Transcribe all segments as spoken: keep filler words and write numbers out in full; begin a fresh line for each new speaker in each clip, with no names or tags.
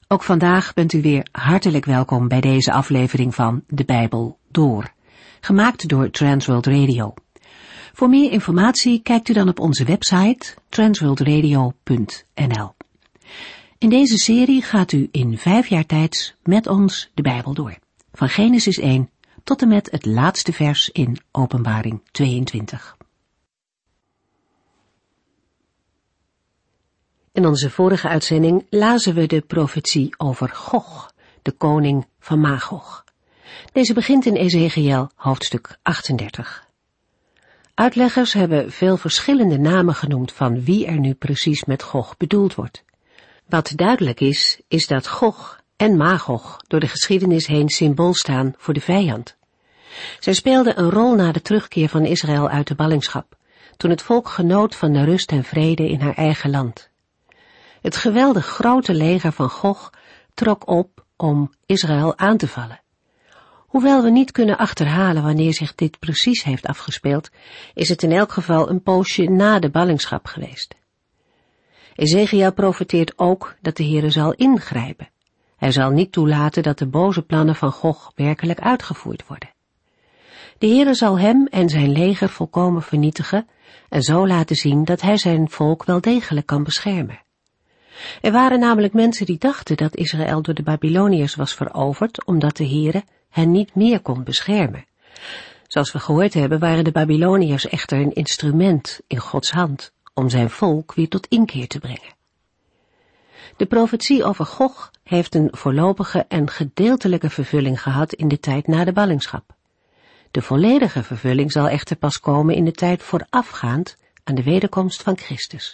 Ook vandaag bent u weer hartelijk welkom bij deze aflevering van De Bijbel Door, gemaakt door Transworld Radio. Voor meer informatie kijkt u dan op onze website transworld radio punt n l. In deze serie gaat u in vijf jaar tijd met ons de Bijbel door, van Genesis één tot en met het laatste vers in Openbaring tweeëntwintig. In onze vorige uitzending lazen we de profetie over Gog, de koning van Magog. Deze begint in Ezechiël hoofdstuk achtendertig. Uitleggers hebben veel verschillende namen genoemd van wie er nu precies met Gog bedoeld wordt. Wat duidelijk is, is dat Gog en Magog door de geschiedenis heen symbool staan voor de vijand. Zij speelden een rol na de terugkeer van Israël uit de ballingschap, toen het volk genoot van de rust en vrede in haar eigen land. Het geweldig grote leger van Gog trok op om Israël aan te vallen. Hoewel we niet kunnen achterhalen wanneer zich dit precies heeft afgespeeld, is het in elk geval een poosje na de ballingschap geweest. Ezechiël profeteert ook dat de Heere zal ingrijpen. Hij zal niet toelaten dat de boze plannen van Gog werkelijk uitgevoerd worden. De Heere zal hem en zijn leger volkomen vernietigen en zo laten zien dat hij zijn volk wel degelijk kan beschermen. Er waren namelijk mensen die dachten dat Israël door de Babyloniërs was veroverd, omdat de Heere hen niet meer kon beschermen. Zoals we gehoord hebben, waren de Babyloniërs echter een instrument in Gods hand om zijn volk weer tot inkeer te brengen. De profetie over Gog heeft een voorlopige en gedeeltelijke vervulling gehad in de tijd na de ballingschap. De volledige vervulling zal echter pas komen in de tijd voorafgaand aan de wederkomst van Christus.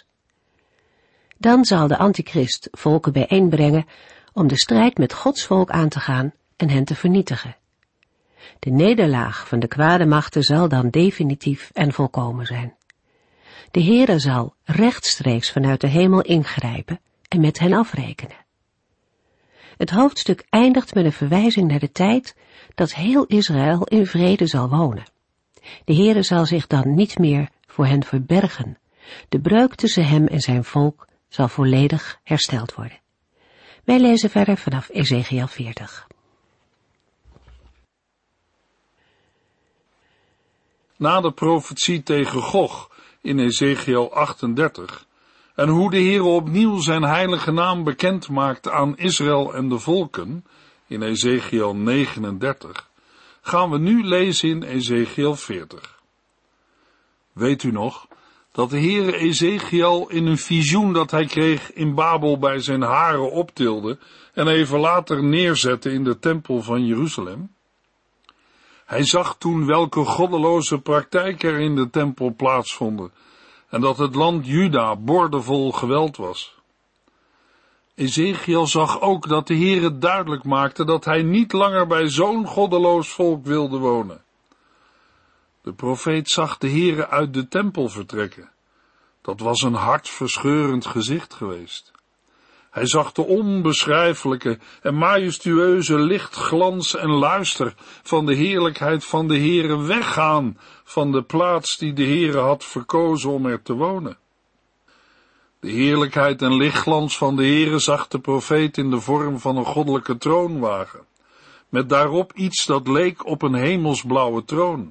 Dan zal de antichrist volken bijeenbrengen om de strijd met Gods volk aan te gaan en hen te vernietigen. De nederlaag van de kwade machten zal dan definitief en volkomen zijn. De Heere zal rechtstreeks vanuit de hemel ingrijpen en met hen afrekenen. Het hoofdstuk eindigt met een verwijzing naar de tijd dat heel Israël in vrede zal wonen. De Heere zal zich dan niet meer voor hen verbergen. De breuk tussen hem en zijn volk zal volledig hersteld worden. Wij lezen verder vanaf Ezechiël veertig.
Na de profetie tegen Gog in Ezechiël achtendertig en hoe de Heer opnieuw zijn heilige naam bekend maakt aan Israël en de volken in Ezechiël negenendertig, gaan we nu lezen in Ezechiël veertig. Weet u nog dat de Heere Ezechiël in een visioen dat hij kreeg in Babel bij zijn haren optilde en even later neerzette in de tempel van Jeruzalem? Hij zag toen welke goddeloze praktijken er in de tempel plaatsvonden en dat het land Juda boordevol geweld was. Ezechiël zag ook dat de Heere duidelijk maakte dat hij niet langer bij zo'n goddeloos volk wilde wonen. De profeet zag de Heere uit de tempel vertrekken. Dat was een hartverscheurend gezicht geweest. Hij zag de onbeschrijfelijke en majestueuze lichtglans en luister van de heerlijkheid van de Heere weggaan van de plaats die de Heere had verkozen om er te wonen. De heerlijkheid en lichtglans van de Heere zag de profeet in de vorm van een goddelijke troonwagen, met daarop iets dat leek op een hemelsblauwe troon.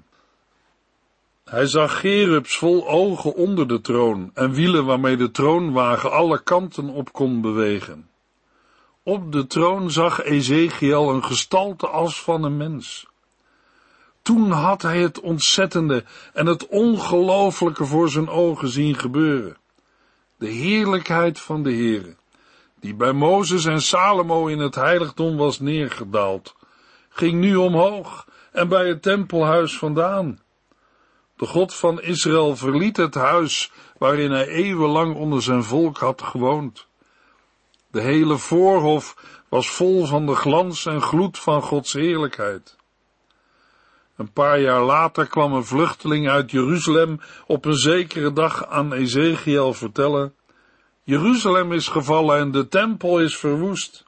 Hij zag cherubs vol ogen onder de troon en wielen waarmee de troonwagen alle kanten op kon bewegen. Op de troon zag Ezechiël een gestalte als van een mens. Toen had hij het ontzettende en het ongelooflijke voor zijn ogen zien gebeuren. De heerlijkheid van de Heere, die bij Mozes en Salomo in het heiligdom was neergedaald, ging nu omhoog en bij het tempelhuis vandaan. De God van Israël verliet het huis waarin hij eeuwenlang onder zijn volk had gewoond. De hele voorhof was vol van de glans en gloed van Gods heerlijkheid. Een paar jaar later kwam een vluchteling uit Jeruzalem op een zekere dag aan Ezechiël vertellen: Jeruzalem is gevallen en de tempel is verwoest.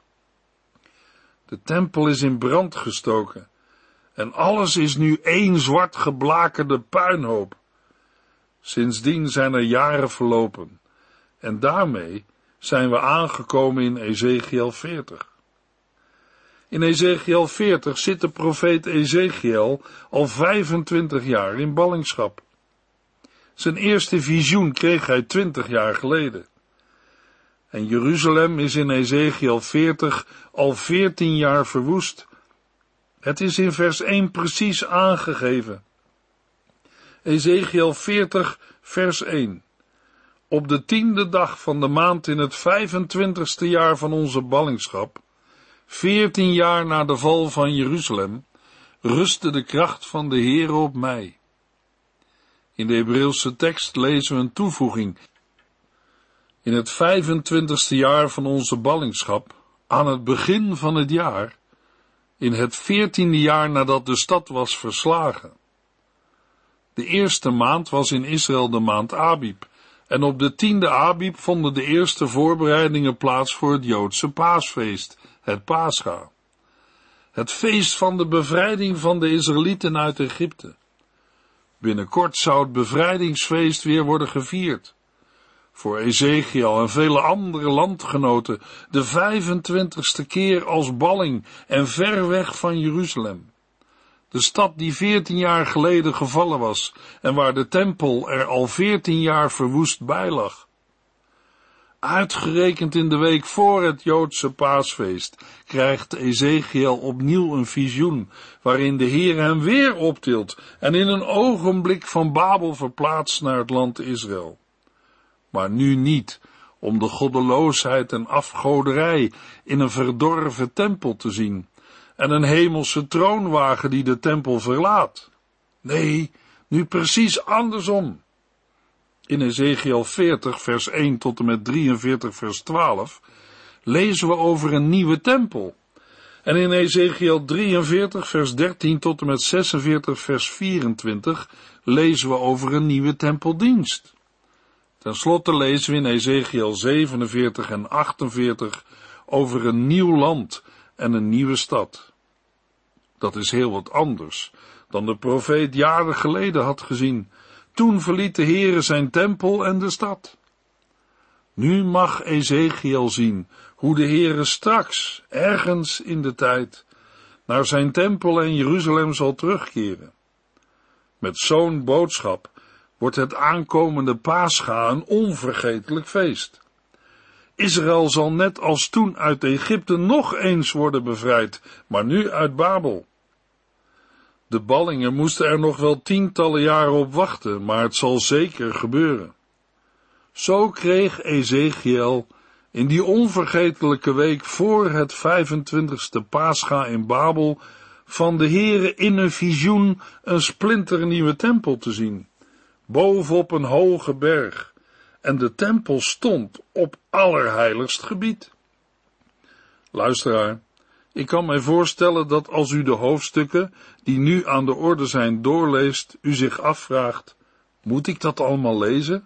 De tempel is in brand gestoken en alles is nu één zwart geblakerde puinhoop. Sindsdien zijn er jaren verlopen en daarmee zijn we aangekomen in Ezechiël veertig. In Ezechiël veertig zit de profeet Ezechiël al vijfentwintig jaar in ballingschap. Zijn eerste visioen kreeg hij twintig jaar geleden. En Jeruzalem is in Ezechiël veertig al veertien jaar verwoest. Het is in vers één precies aangegeven. Ezechiël veertig, vers één. Op de tiende dag van de maand in het vijfentwintigste jaar van onze ballingschap, veertien jaar na de val van Jeruzalem, rustte de kracht van de Heere op mij. In de Hebreeuwse tekst lezen we een toevoeging. In het vijfentwintigste jaar van onze ballingschap, aan het begin van het jaar, in het veertiende jaar nadat de stad was verslagen. De eerste maand was in Israël de maand Abib, en op de tiende Abib vonden de eerste voorbereidingen plaats voor het Joodse paasfeest, het Pascha. Het feest van de bevrijding van de Israëlieten uit Egypte. Binnenkort zou het bevrijdingsfeest weer worden gevierd. Voor Ezechiël en vele andere landgenoten de vijfentwintigste keer als balling en ver weg van Jeruzalem. De stad die veertien jaar geleden gevallen was en waar de tempel er al veertien jaar verwoest bij lag. Uitgerekend in de week voor het Joodse paasfeest krijgt Ezechiël opnieuw een visioen, waarin de Heer hem weer optilt en in een ogenblik van Babel verplaatst naar het land Israël. Maar nu niet om de goddeloosheid en afgoderij in een verdorven tempel te zien en een hemelse troonwagen die de tempel verlaat. Nee, nu precies andersom. In Ezechiël veertig, vers één tot en met drieënveertig, vers twaalf, lezen we over een nieuwe tempel. En in Ezechiël drieënveertig, vers dertien tot en met zesenveertig, vers vierentwintig, lezen we over een nieuwe tempeldienst. Ten slotte lezen we in Ezechiël zevenenveertig en achtenveertig over een nieuw land en een nieuwe stad. Dat is heel wat anders dan de profeet jaren geleden had gezien. Toen verliet de Heere zijn tempel en de stad. Nu mag Ezechiël zien hoe de Heere straks, ergens in de tijd, naar zijn tempel en Jeruzalem zal terugkeren. Met zo'n boodschap wordt het aankomende Pascha een onvergetelijk feest. Israël zal net als toen uit Egypte nog eens worden bevrijd, maar nu uit Babel. De ballingen moesten er nog wel tientallen jaren op wachten, maar het zal zeker gebeuren. Zo kreeg Ezechiël in die onvergetelijke week voor het vijfentwintigste Pascha in Babel van de Heere in een visioen een splinternieuwe tempel te zien, bovenop een hoge berg, en de tempel stond op allerheiligst gebied. Luisteraar, ik kan mij voorstellen dat als u de hoofdstukken die nu aan de orde zijn doorleest, u zich afvraagt, moet ik dat allemaal lezen?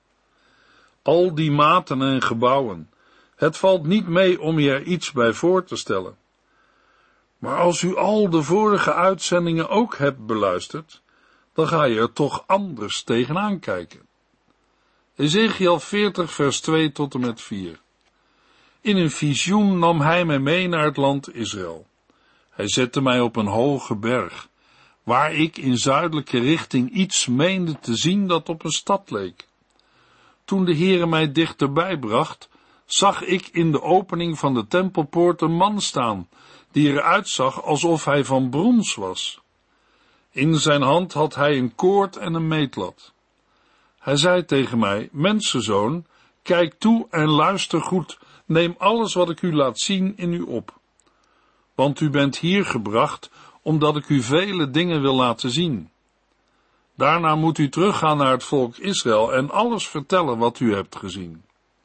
Al die maten en gebouwen, het valt niet mee om je er iets bij voor te stellen. Maar als u al de vorige uitzendingen ook hebt beluisterd, dan ga je er toch anders tegenaan kijken. Ezechiël veertig, vers twee tot en met vier. In een visioen nam hij mij mee naar het land Israël. Hij zette mij op een hoge berg, waar ik in zuidelijke richting iets meende te zien dat op een stad leek. Toen de Heere mij dichterbij bracht, zag ik in de opening van de tempelpoort een man staan, die eruit zag alsof hij van brons was. In zijn hand had hij een koord en een meetlat. Hij zei tegen mij, mensenzoon, kijk toe en luister goed, neem alles wat ik u laat zien in u op. Want u bent hier gebracht, omdat ik u vele dingen wil laten zien. Daarna moet u teruggaan naar het volk Israël en alles vertellen wat u hebt gezien.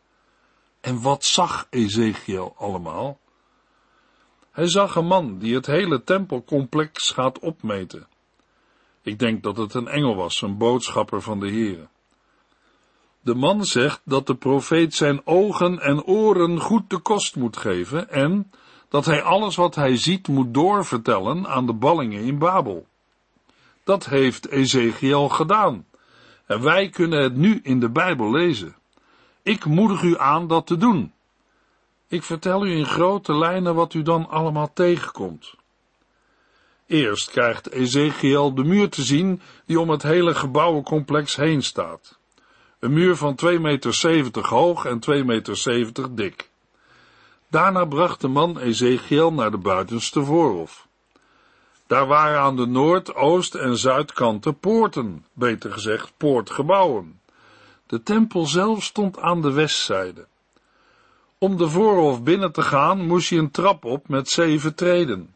En wat zag Ezechiël allemaal? Hij zag een man die het hele tempelcomplex gaat opmeten. Ik denk dat het een engel was, een boodschapper van de Heere. De man zegt dat de profeet zijn ogen en oren goed de kost moet geven en dat hij alles wat hij ziet moet doorvertellen aan de ballingen in Babel. Dat heeft Ezechiël gedaan en wij kunnen het nu in de Bijbel lezen. Ik moedig u aan dat te doen. Ik vertel u in grote lijnen wat u dan allemaal tegenkomt. Eerst krijgt Ezechiel de muur te zien die om het hele gebouwencomplex heen staat. Een muur van twee meter zeventig hoog en twee meter zeventig dik. Daarna bracht de man Ezechiel naar de buitenste voorhof. Daar waren aan de noord-, oost- en zuidkanten poorten, beter gezegd poortgebouwen. De tempel zelf stond aan de westzijde. Om de voorhof binnen te gaan moest je een trap op met zeven treden.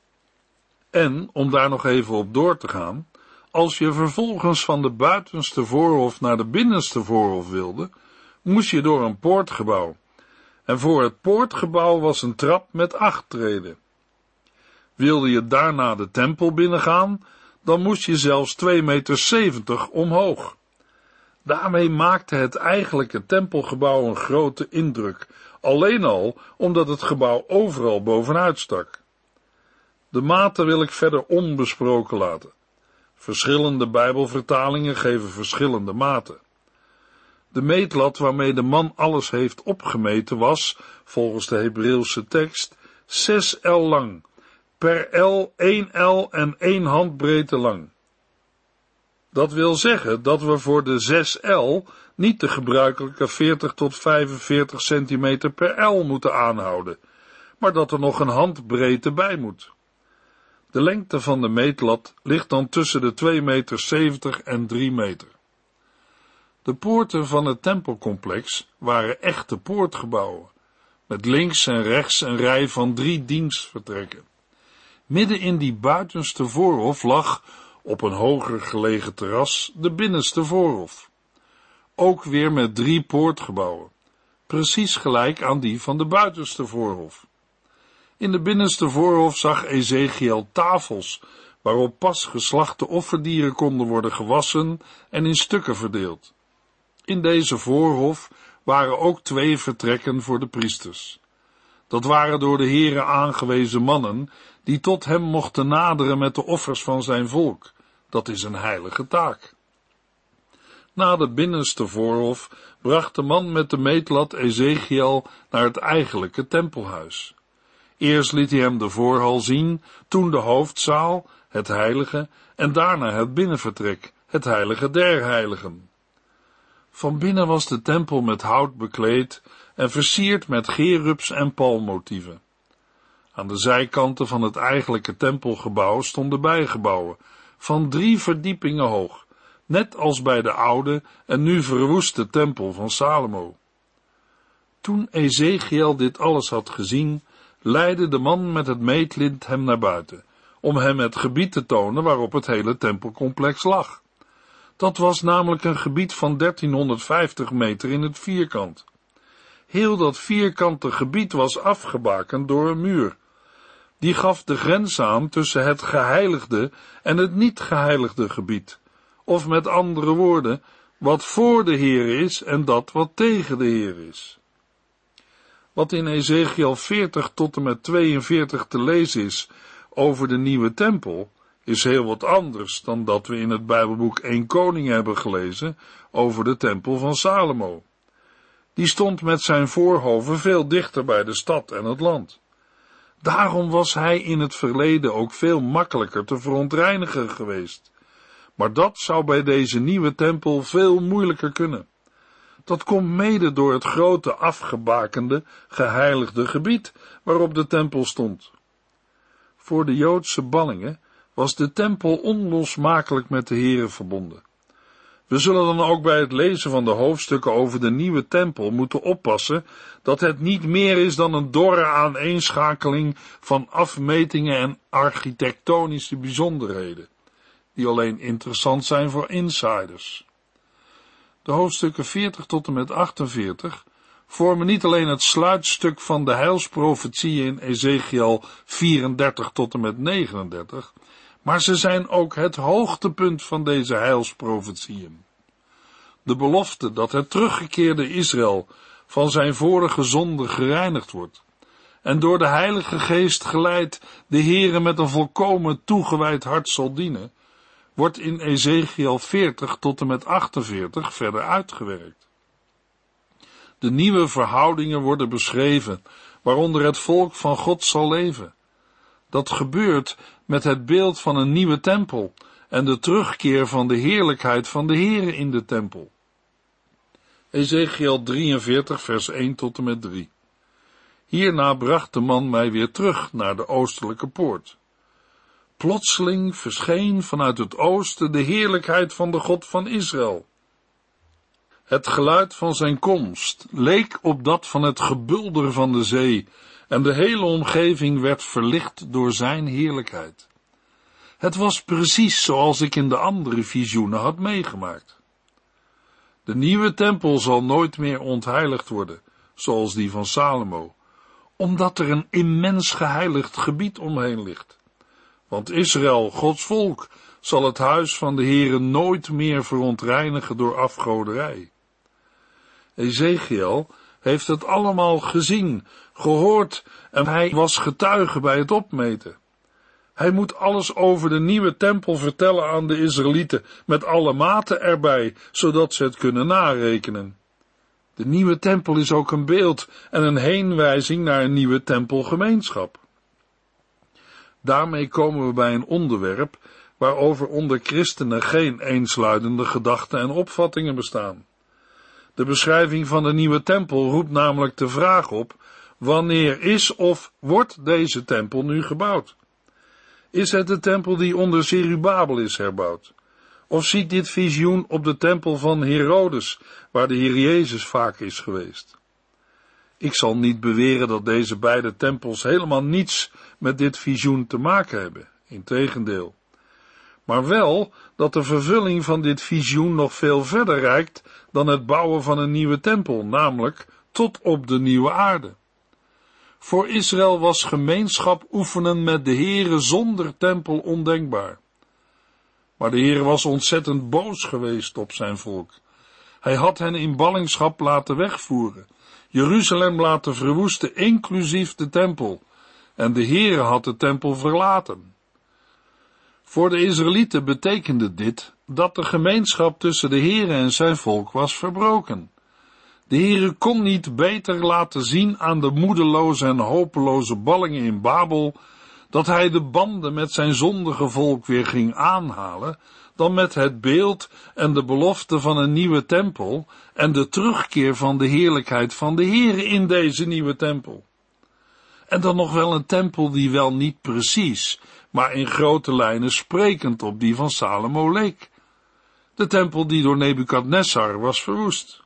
En, om daar nog even op door te gaan, als je vervolgens van de buitenste voorhof naar de binnenste voorhof wilde, moest je door een poortgebouw. En voor het poortgebouw was een trap met acht treden. Wilde je daarna de tempel binnengaan, dan moest je zelfs twee meter zeventig omhoog. Daarmee maakte het eigenlijke tempelgebouw een grote indruk, alleen al omdat het gebouw overal bovenuit stak. De maten wil ik verder onbesproken laten. Verschillende Bijbelvertalingen geven verschillende maten. De meetlat waarmee de man alles heeft opgemeten was, volgens de Hebreeuwse tekst, zes el lang, per el één el en één handbreedte lang. Dat wil zeggen dat we voor de zes el niet de gebruikelijke veertig tot vijfenveertig centimeter per el moeten aanhouden, maar dat er nog een handbreedte bij moet. De lengte van de meetlat ligt dan tussen de twee meter zeventig en drie meter. De poorten van het tempelcomplex waren echte poortgebouwen, met links en rechts een rij van drie dienstvertrekken. Midden in die buitenste voorhof lag, op een hoger gelegen terras, de binnenste voorhof. Ook weer met drie poortgebouwen, precies gelijk aan die van de buitenste voorhof. In de binnenste voorhof zag Ezechiel tafels, waarop pas geslachte offerdieren konden worden gewassen en in stukken verdeeld. In deze voorhof waren ook twee vertrekken voor de priesters. Dat waren door de Heere aangewezen mannen, die tot hem mochten naderen met de offers van zijn volk. Dat is een heilige taak. Na de binnenste voorhof bracht de man met de meetlat Ezechiel naar het eigenlijke tempelhuis. Eerst liet hij hem de voorhal zien, toen de hoofdzaal, het heilige, en daarna het binnenvertrek, het heilige der heiligen. Van binnen was de tempel met hout bekleed en versierd met gerubs en palmmotieven. Aan de zijkanten van het eigenlijke tempelgebouw stonden bijgebouwen, van drie verdiepingen hoog, net als bij de oude en nu verwoeste tempel van Salomo. Toen Ezechiel dit alles had gezien, leidde de man met het meetlint hem naar buiten, om hem het gebied te tonen waarop het hele tempelcomplex lag. Dat was namelijk een gebied van dertienhonderdvijftig meter in het vierkant. Heel dat vierkante gebied was afgebakend door een muur. Die gaf de grens aan tussen het geheiligde en het niet geheiligde gebied, of met andere woorden, wat voor de Heer is en dat wat tegen de Heer is. Wat in Ezechiel veertig tot en met tweeënveertig te lezen is over de nieuwe tempel, is heel wat anders dan dat we in het Bijbelboek één Koning hebben gelezen over de tempel van Salomo. Die stond met zijn voorhoven veel dichter bij de stad en het land. Daarom was hij in het verleden ook veel makkelijker te verontreinigen geweest. Maar dat zou bij deze nieuwe tempel veel moeilijker kunnen. Dat komt mede door het grote afgebakende, geheiligde gebied waarop de tempel stond. Voor de Joodse ballingen was de tempel onlosmakelijk met de Heere verbonden. We zullen dan ook bij het lezen van de hoofdstukken over de nieuwe tempel moeten oppassen dat het niet meer is dan een dorre aaneenschakeling van afmetingen en architectonische bijzonderheden, die alleen interessant zijn voor insiders. De hoofdstukken veertig tot en met achtenveertig vormen niet alleen het sluitstuk van de heilsprofetieën in Ezechiel vierendertig tot en met negenendertig, maar ze zijn ook het hoogtepunt van deze heilsprofetieën. De belofte dat het teruggekeerde Israël van zijn vorige zonde gereinigd wordt en door de Heilige Geest geleid de Heere met een volkomen toegewijd hart zal dienen, wordt in Ezechiel veertig tot en met achtenveertig verder uitgewerkt. De nieuwe verhoudingen worden beschreven, waaronder het volk van God zal leven. Dat gebeurt met het beeld van een nieuwe tempel en de terugkeer van de heerlijkheid van de Heere in de tempel. Ezechiel drieënveertig vers één tot en met drie. Hierna bracht de man mij weer terug naar de oostelijke poort. Plotseling verscheen vanuit het oosten de heerlijkheid van de God van Israël. Het geluid van zijn komst leek op dat van het gebulder van de zee, en de hele omgeving werd verlicht door zijn heerlijkheid. Het was precies zoals ik in de andere visioenen had meegemaakt. De nieuwe tempel zal nooit meer ontheiligd worden, zoals die van Salomo, omdat er een immens geheiligd gebied omheen ligt. Want Israël, Gods volk, zal het huis van de Heere nooit meer verontreinigen door afgoderij. Ezechiel heeft het allemaal gezien, gehoord en hij was getuige bij het opmeten. Hij moet alles over de nieuwe tempel vertellen aan de Israëlieten, met alle maten erbij, zodat ze het kunnen narekenen. De nieuwe tempel is ook een beeld en een heenwijzing naar een nieuwe tempelgemeenschap. Daarmee komen we bij een onderwerp waarover onder christenen geen eensluidende gedachten en opvattingen bestaan. De beschrijving van de nieuwe tempel roept namelijk de vraag op: wanneer is of wordt deze tempel nu gebouwd? Is het de tempel die onder Zerubabel is herbouwd? Of ziet dit visioen op de tempel van Herodes, waar de Heer Jezus vaak is geweest? Ik zal niet beweren dat deze beide tempels helemaal niets met dit visioen te maken hebben, integendeel. Maar wel dat de vervulling van dit visioen nog veel verder reikt dan het bouwen van een nieuwe tempel, namelijk tot op de nieuwe aarde. Voor Israël was gemeenschap oefenen met de Heere zonder tempel ondenkbaar. Maar de Heere was ontzettend boos geweest op zijn volk. Hij had hen in ballingschap laten wegvoeren, Jeruzalem laten verwoesten, inclusief de tempel, en de Heere had de tempel verlaten. Voor de Israëlieten betekende dit dat de gemeenschap tussen de Heere en zijn volk was verbroken. De Heere kon niet beter laten zien aan de moedeloze en hopeloze ballingen in Babel, dat hij de banden met zijn zondige volk weer ging aanhalen, dan met het beeld en de belofte van een nieuwe tempel en de terugkeer van de heerlijkheid van de Heere in deze nieuwe tempel. En dan nog wel een tempel die wel niet precies, maar in grote lijnen sprekend op die van Salomo leek. De tempel die door Nebukadnessar was verwoest.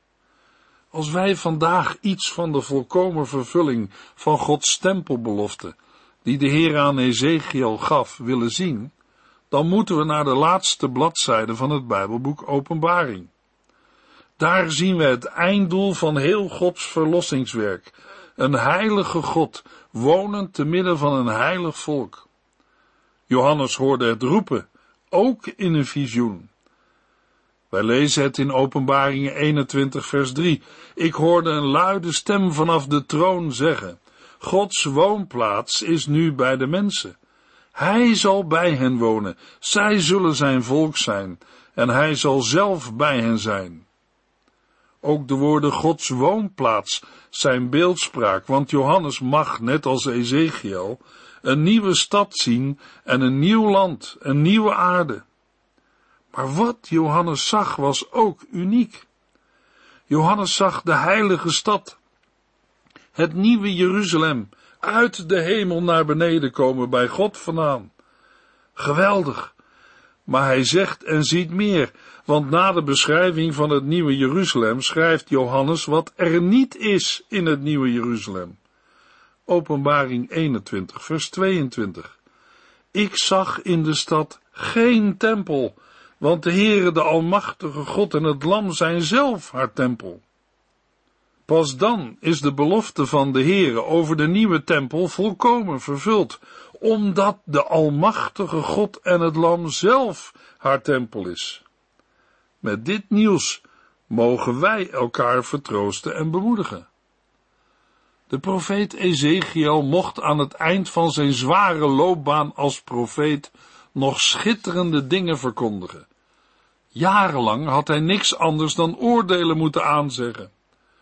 Als wij vandaag iets van de volkomen vervulling van Gods tempelbelofte, die de Heer aan Ezechiel gaf, willen zien, dan moeten we naar de laatste bladzijde van het Bijbelboek Openbaring. Daar zien we het einddoel van heel Gods verlossingswerk, een heilige God, wonend te midden van een heilig volk. Johannes hoorde het roepen, ook in een visioen. Wij lezen het in Openbaringen eenentwintig vers drie. Ik hoorde een luide stem vanaf de troon zeggen: Gods woonplaats is nu bij de mensen. Hij zal bij hen wonen, zij zullen zijn volk zijn, en hij zal zelf bij hen zijn. Ook de woorden Gods woonplaats zijn beeldspraak, want Johannes mag, net als Ezechiel, een nieuwe stad zien en een nieuw land, een nieuwe aarde. Maar wat Johannes zag was ook uniek. Johannes zag de heilige stad, het nieuwe Jeruzalem, uit de hemel naar beneden komen bij God vandaan. Geweldig. Maar hij zegt en ziet meer, want na de beschrijving van het nieuwe Jeruzalem schrijft Johannes wat er niet is in het nieuwe Jeruzalem. Openbaring eenentwintig vers tweeëntwintig. Ik zag in de stad geen tempel, want de Heere, de Almachtige God en het Lam zijn zelf haar tempel. Pas dan is de belofte van de Heere over de nieuwe tempel volkomen vervuld, omdat de Almachtige God en het Lam zelf haar tempel is. Met dit nieuws mogen wij elkaar vertroosten en bemoedigen. De profeet Ezechiel mocht aan het eind van zijn zware loopbaan als profeet nog schitterende dingen verkondigen. Jarenlang had hij niks anders dan oordelen moeten aanzeggen.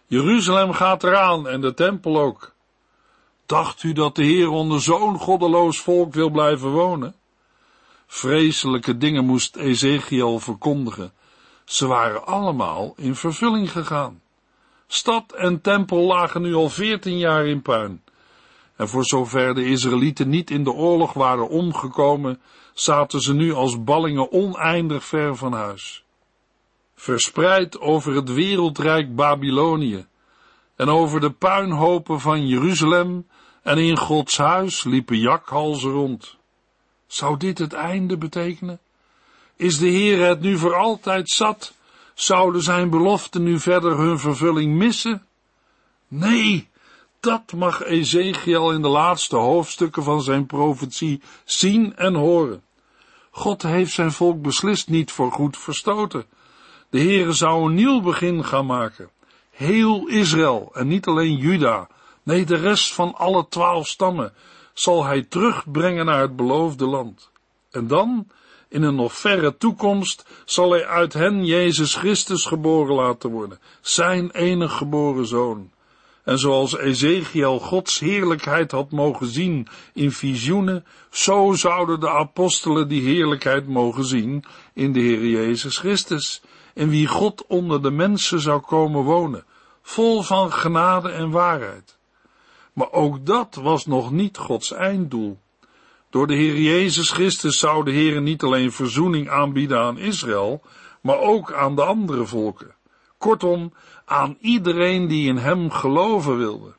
Jeruzalem gaat eraan en de tempel ook. Dacht u dat de Heer onder zo'n goddeloos volk wil blijven wonen? Vreselijke dingen moest Ezechiel verkondigen. Ze waren allemaal in vervulling gegaan. Stad en tempel lagen nu al veertien jaar in puin. En voor zover de Israëlieten niet in de oorlog waren omgekomen, zaten ze nu als ballingen oneindig ver van huis. Verspreid over het wereldrijk Babylonië en over de puinhopen van Jeruzalem en in Gods huis liepen jakhalzen rond. Zou dit het einde betekenen? Is de Heer het nu voor altijd zat? Zouden zijn beloften nu verder hun vervulling missen? Nee, dat mag Ezechiel in de laatste hoofdstukken van zijn profetie zien en horen. God heeft zijn volk beslist niet voorgoed verstoten. De Heere zou een nieuw begin gaan maken. Heel Israël, en niet alleen Juda, nee, de rest van alle twaalf stammen, zal hij terugbrengen naar het beloofde land. En dan, in een nog verre toekomst, zal hij uit hen Jezus Christus geboren laten worden, zijn enig geboren zoon. En zoals Ezechiel Gods heerlijkheid had mogen zien in visioenen, zo zouden de apostelen die heerlijkheid mogen zien in de Heer Jezus Christus, in wie God onder de mensen zou komen wonen, vol van genade en waarheid. Maar ook dat was nog niet Gods einddoel. Door de Heer Jezus Christus zou de Heer niet alleen verzoening aanbieden aan Israël, maar ook aan de andere volken. Kortom, aan iedereen die in hem geloven wilde.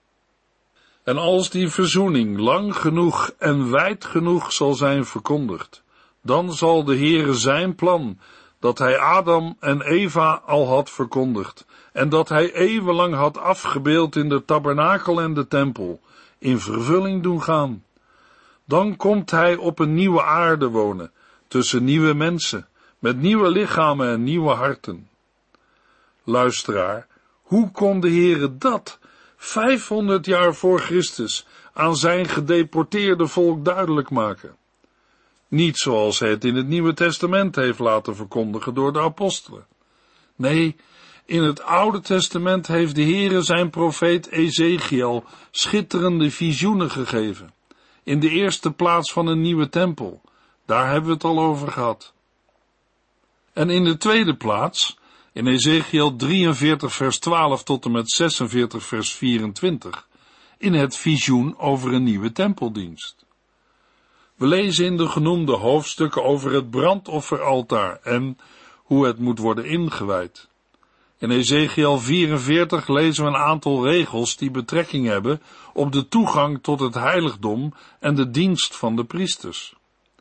En als die verzoening lang genoeg en wijd genoeg zal zijn verkondigd, dan zal de Heere zijn plan, dat hij Adam en Eva al had verkondigd, en dat hij eeuwenlang had afgebeeld in de tabernakel en de tempel, in vervulling doen gaan. Dan komt hij op een nieuwe aarde wonen, tussen nieuwe mensen, met nieuwe lichamen en nieuwe harten. Luisteraar, hoe kon de Heere dat, vijfhonderd jaar voor Christus, aan zijn gedeporteerde volk duidelijk maken? Niet zoals hij het in het Nieuwe Testament heeft laten verkondigen door de apostelen. Nee, in het Oude Testament heeft de Heere zijn profeet Ezechiel schitterende visioenen gegeven. In de eerste plaats van een nieuwe tempel, daar hebben we het al over gehad. En in de tweede plaats, in Ezechiel drieënveertig vers twaalf tot en met zesenveertig vers vierentwintig, in het visioen over een nieuwe tempeldienst. We lezen in de genoemde hoofdstukken over het brandofferaltaar en hoe het moet worden ingewijd. In Ezechiel vierenveertig lezen we een aantal regels die betrekking hebben op de toegang tot het heiligdom en de dienst van de priesters.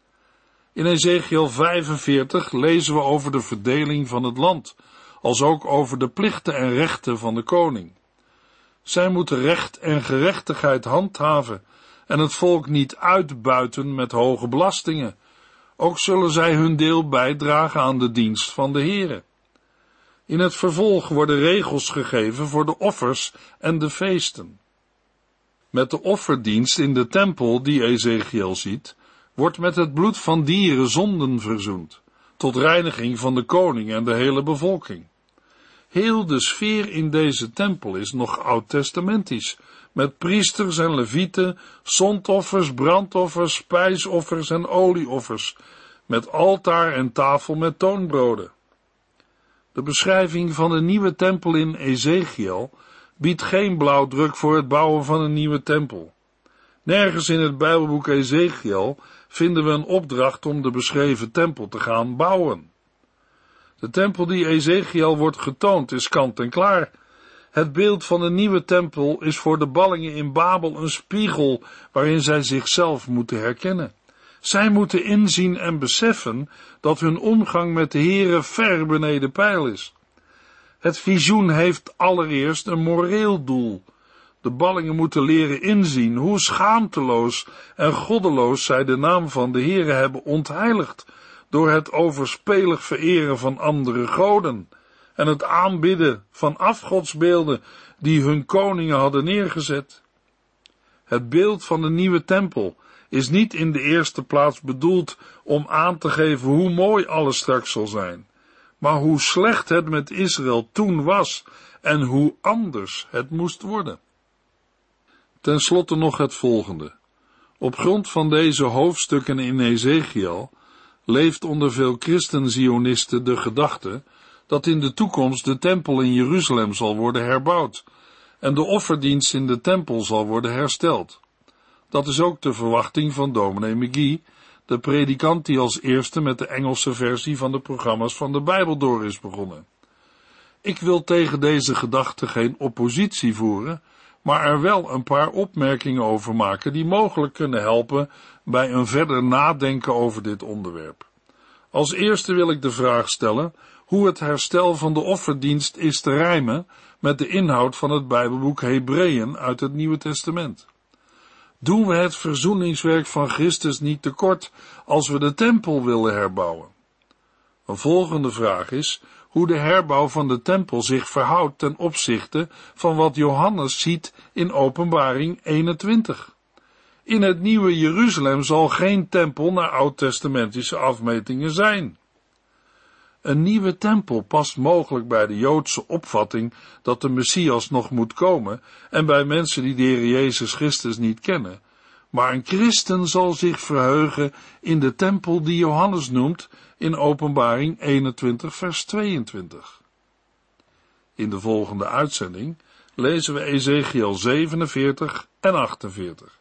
In Ezechiel vijfenveertig lezen we over de verdeling van het land, als ook over de plichten en rechten van de koning. Zij moeten recht en gerechtigheid handhaven en het volk niet uitbuiten met hoge belastingen. Ook zullen zij hun deel bijdragen aan de dienst van de Heere. In het vervolg worden regels gegeven voor de offers en de feesten. Met de offerdienst in de tempel die Ezechiel ziet, wordt met het bloed van dieren zonden verzoend, tot reiniging van de koning en de hele bevolking. Heel de sfeer in deze tempel is nog oud-testamentisch, met priesters en levieten, zondoffers, brandoffers, spijsoffers en olieoffers, met altaar en tafel met toonbroden. De beschrijving van de nieuwe tempel in Ezechiel biedt geen blauwdruk voor het bouwen van een nieuwe tempel. Nergens in het Bijbelboek Ezechiel vinden we een opdracht om de beschreven tempel te gaan bouwen. De tempel die Ezechiel wordt getoond is kant en klaar. Het beeld van de nieuwe tempel is voor de ballingen in Babel een spiegel waarin zij zichzelf moeten herkennen. Zij moeten inzien en beseffen dat hun omgang met de Heere ver beneden peil is. Het visioen heeft allereerst een moreel doel. De ballingen moeten leren inzien hoe schaamteloos en goddeloos zij de naam van de Heere hebben ontheiligd door het overspelig vereren van andere goden en het aanbidden van afgodsbeelden die hun koningen hadden neergezet. Het beeld van de nieuwe tempel is niet in de eerste plaats bedoeld om aan te geven hoe mooi alles straks zal zijn, maar hoe slecht het met Israël toen was en hoe anders het moest worden. Ten slotte nog het volgende. Op grond van deze hoofdstukken in Ezechiel leeft onder veel christen-zionisten de gedachte dat in de toekomst de tempel in Jeruzalem zal worden herbouwd en de offerdienst in de tempel zal worden hersteld. Dat is ook de verwachting van dominee McGee, de predikant die als eerste met de Engelse versie van de programma's van de Bijbel door is begonnen. Ik wil tegen deze gedachte geen oppositie voeren, maar er wel een paar opmerkingen over maken die mogelijk kunnen helpen bij een verder nadenken over dit onderwerp. Als eerste wil ik de vraag stellen hoe het herstel van de offerdienst is te rijmen met de inhoud van het Bijbelboek Hebreeën uit het Nieuwe Testament. Doen we het verzoeningswerk van Christus niet tekort als we de tempel willen herbouwen? Een volgende vraag is hoe de herbouw van de tempel zich verhoudt ten opzichte van wat Johannes ziet in Openbaring eenentwintig. In het nieuwe Jeruzalem zal geen tempel naar oud-testamentische afmetingen zijn. Een nieuwe tempel past mogelijk bij de Joodse opvatting dat de Messias nog moet komen en bij mensen die de Heer Jezus Christus niet kennen. Maar een christen zal zich verheugen in de tempel die Johannes noemt in Openbaring eenentwintig vers tweeëntwintig. In de volgende uitzending lezen we Ezechiel zevenenveertig en achtenveertig.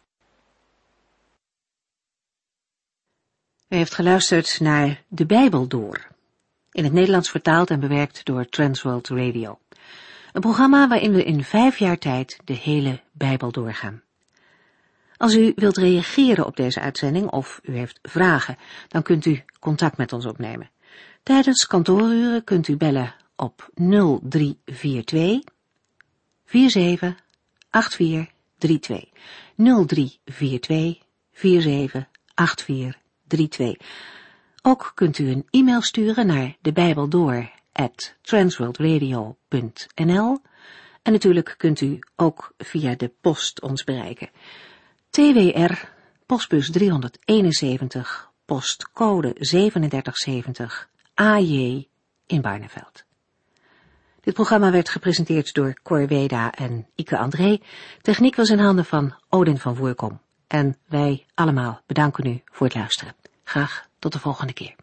U heeft geluisterd naar De Bijbel Door, in het Nederlands vertaald en bewerkt door Transworld Radio. Een programma waarin we in vijf jaar tijd de hele Bijbel doorgaan. Als u wilt reageren op deze uitzending of u heeft vragen, dan kunt u contact met ons opnemen. Tijdens kantooruren kunt u bellen op nul drie vier twee vier zeven acht vier drie twee. nul drie vier twee vier zeven acht vier drie twee. Ook kunt u een e-mail sturen naar debijbeldoor at transworldradio punt n l en natuurlijk kunt u ook via de post ons bereiken. T W R, postbus driehonderdeenenzeventig, postcode zevenendertig zeventig, A J in Barneveld. Dit programma werd gepresenteerd door Cor Weda en Ike André. Techniek was in handen van Odin van Voerkom. En wij allemaal bedanken u voor het luisteren. Graag tot de volgende keer.